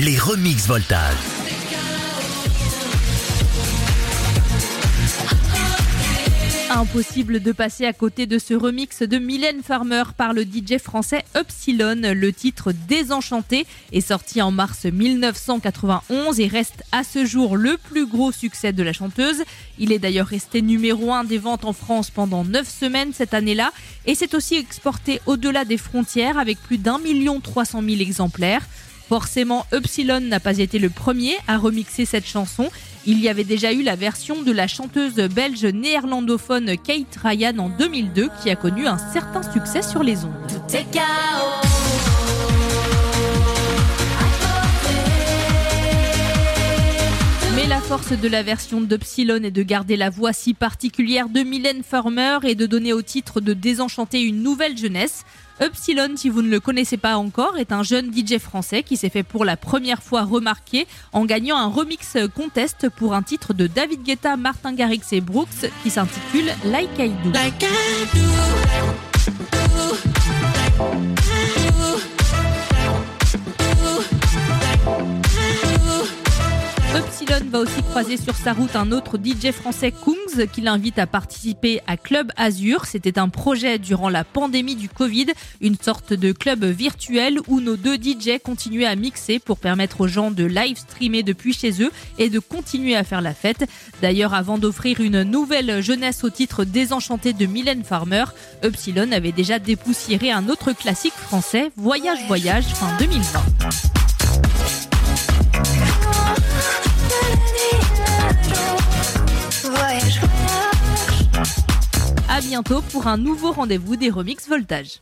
les remixes Voltage. Impossible de passer à côté de ce remix de Mylène Farmer par le DJ français Upsilon. Le titre Désenchanté est sorti en mars 1991 et reste à ce jour le plus gros succès de la chanteuse. Il est d'ailleurs resté numéro 1 des ventes en France pendant 9 semaines cette année-là et s'est aussi exporté au-delà des frontières avec plus d'1 300 000 exemplaires. Forcément, Upsilon n'a pas été le premier à remixer cette chanson. Il y avait déjà eu la version de la chanteuse belge néerlandophone Kate Ryan en 2002 qui a connu un certain succès sur les ondes. Tout est chaos. Mais la force de la version d'Upsilon est de garder la voix si particulière de Mylène Farmer et de donner au titre de Désenchanté une nouvelle jeunesse. Upsilon, si vous ne le connaissez pas encore, est un jeune DJ français qui s'est fait pour la première fois remarquer en gagnant un remix contest pour un titre de David Guetta, Martin Garrix et Brooks qui s'intitule Like I Do. Like I do. Upsilon va aussi croiser sur sa route un autre DJ français, Kungs, qui l'invite à participer à Club Azur. C'était un projet durant la pandémie du Covid, une sorte de club virtuel où nos deux DJ continuaient à mixer pour permettre aux gens de live streamer depuis chez eux et de continuer à faire la fête. D'ailleurs, avant d'offrir une nouvelle jeunesse au titre Désenchanté de Mylène Farmer, Upsilon avait déjà dépoussiéré un autre classique français, Voyage Voyage, fin 2020. À bientôt pour un nouveau rendez-vous des Remix Voltage.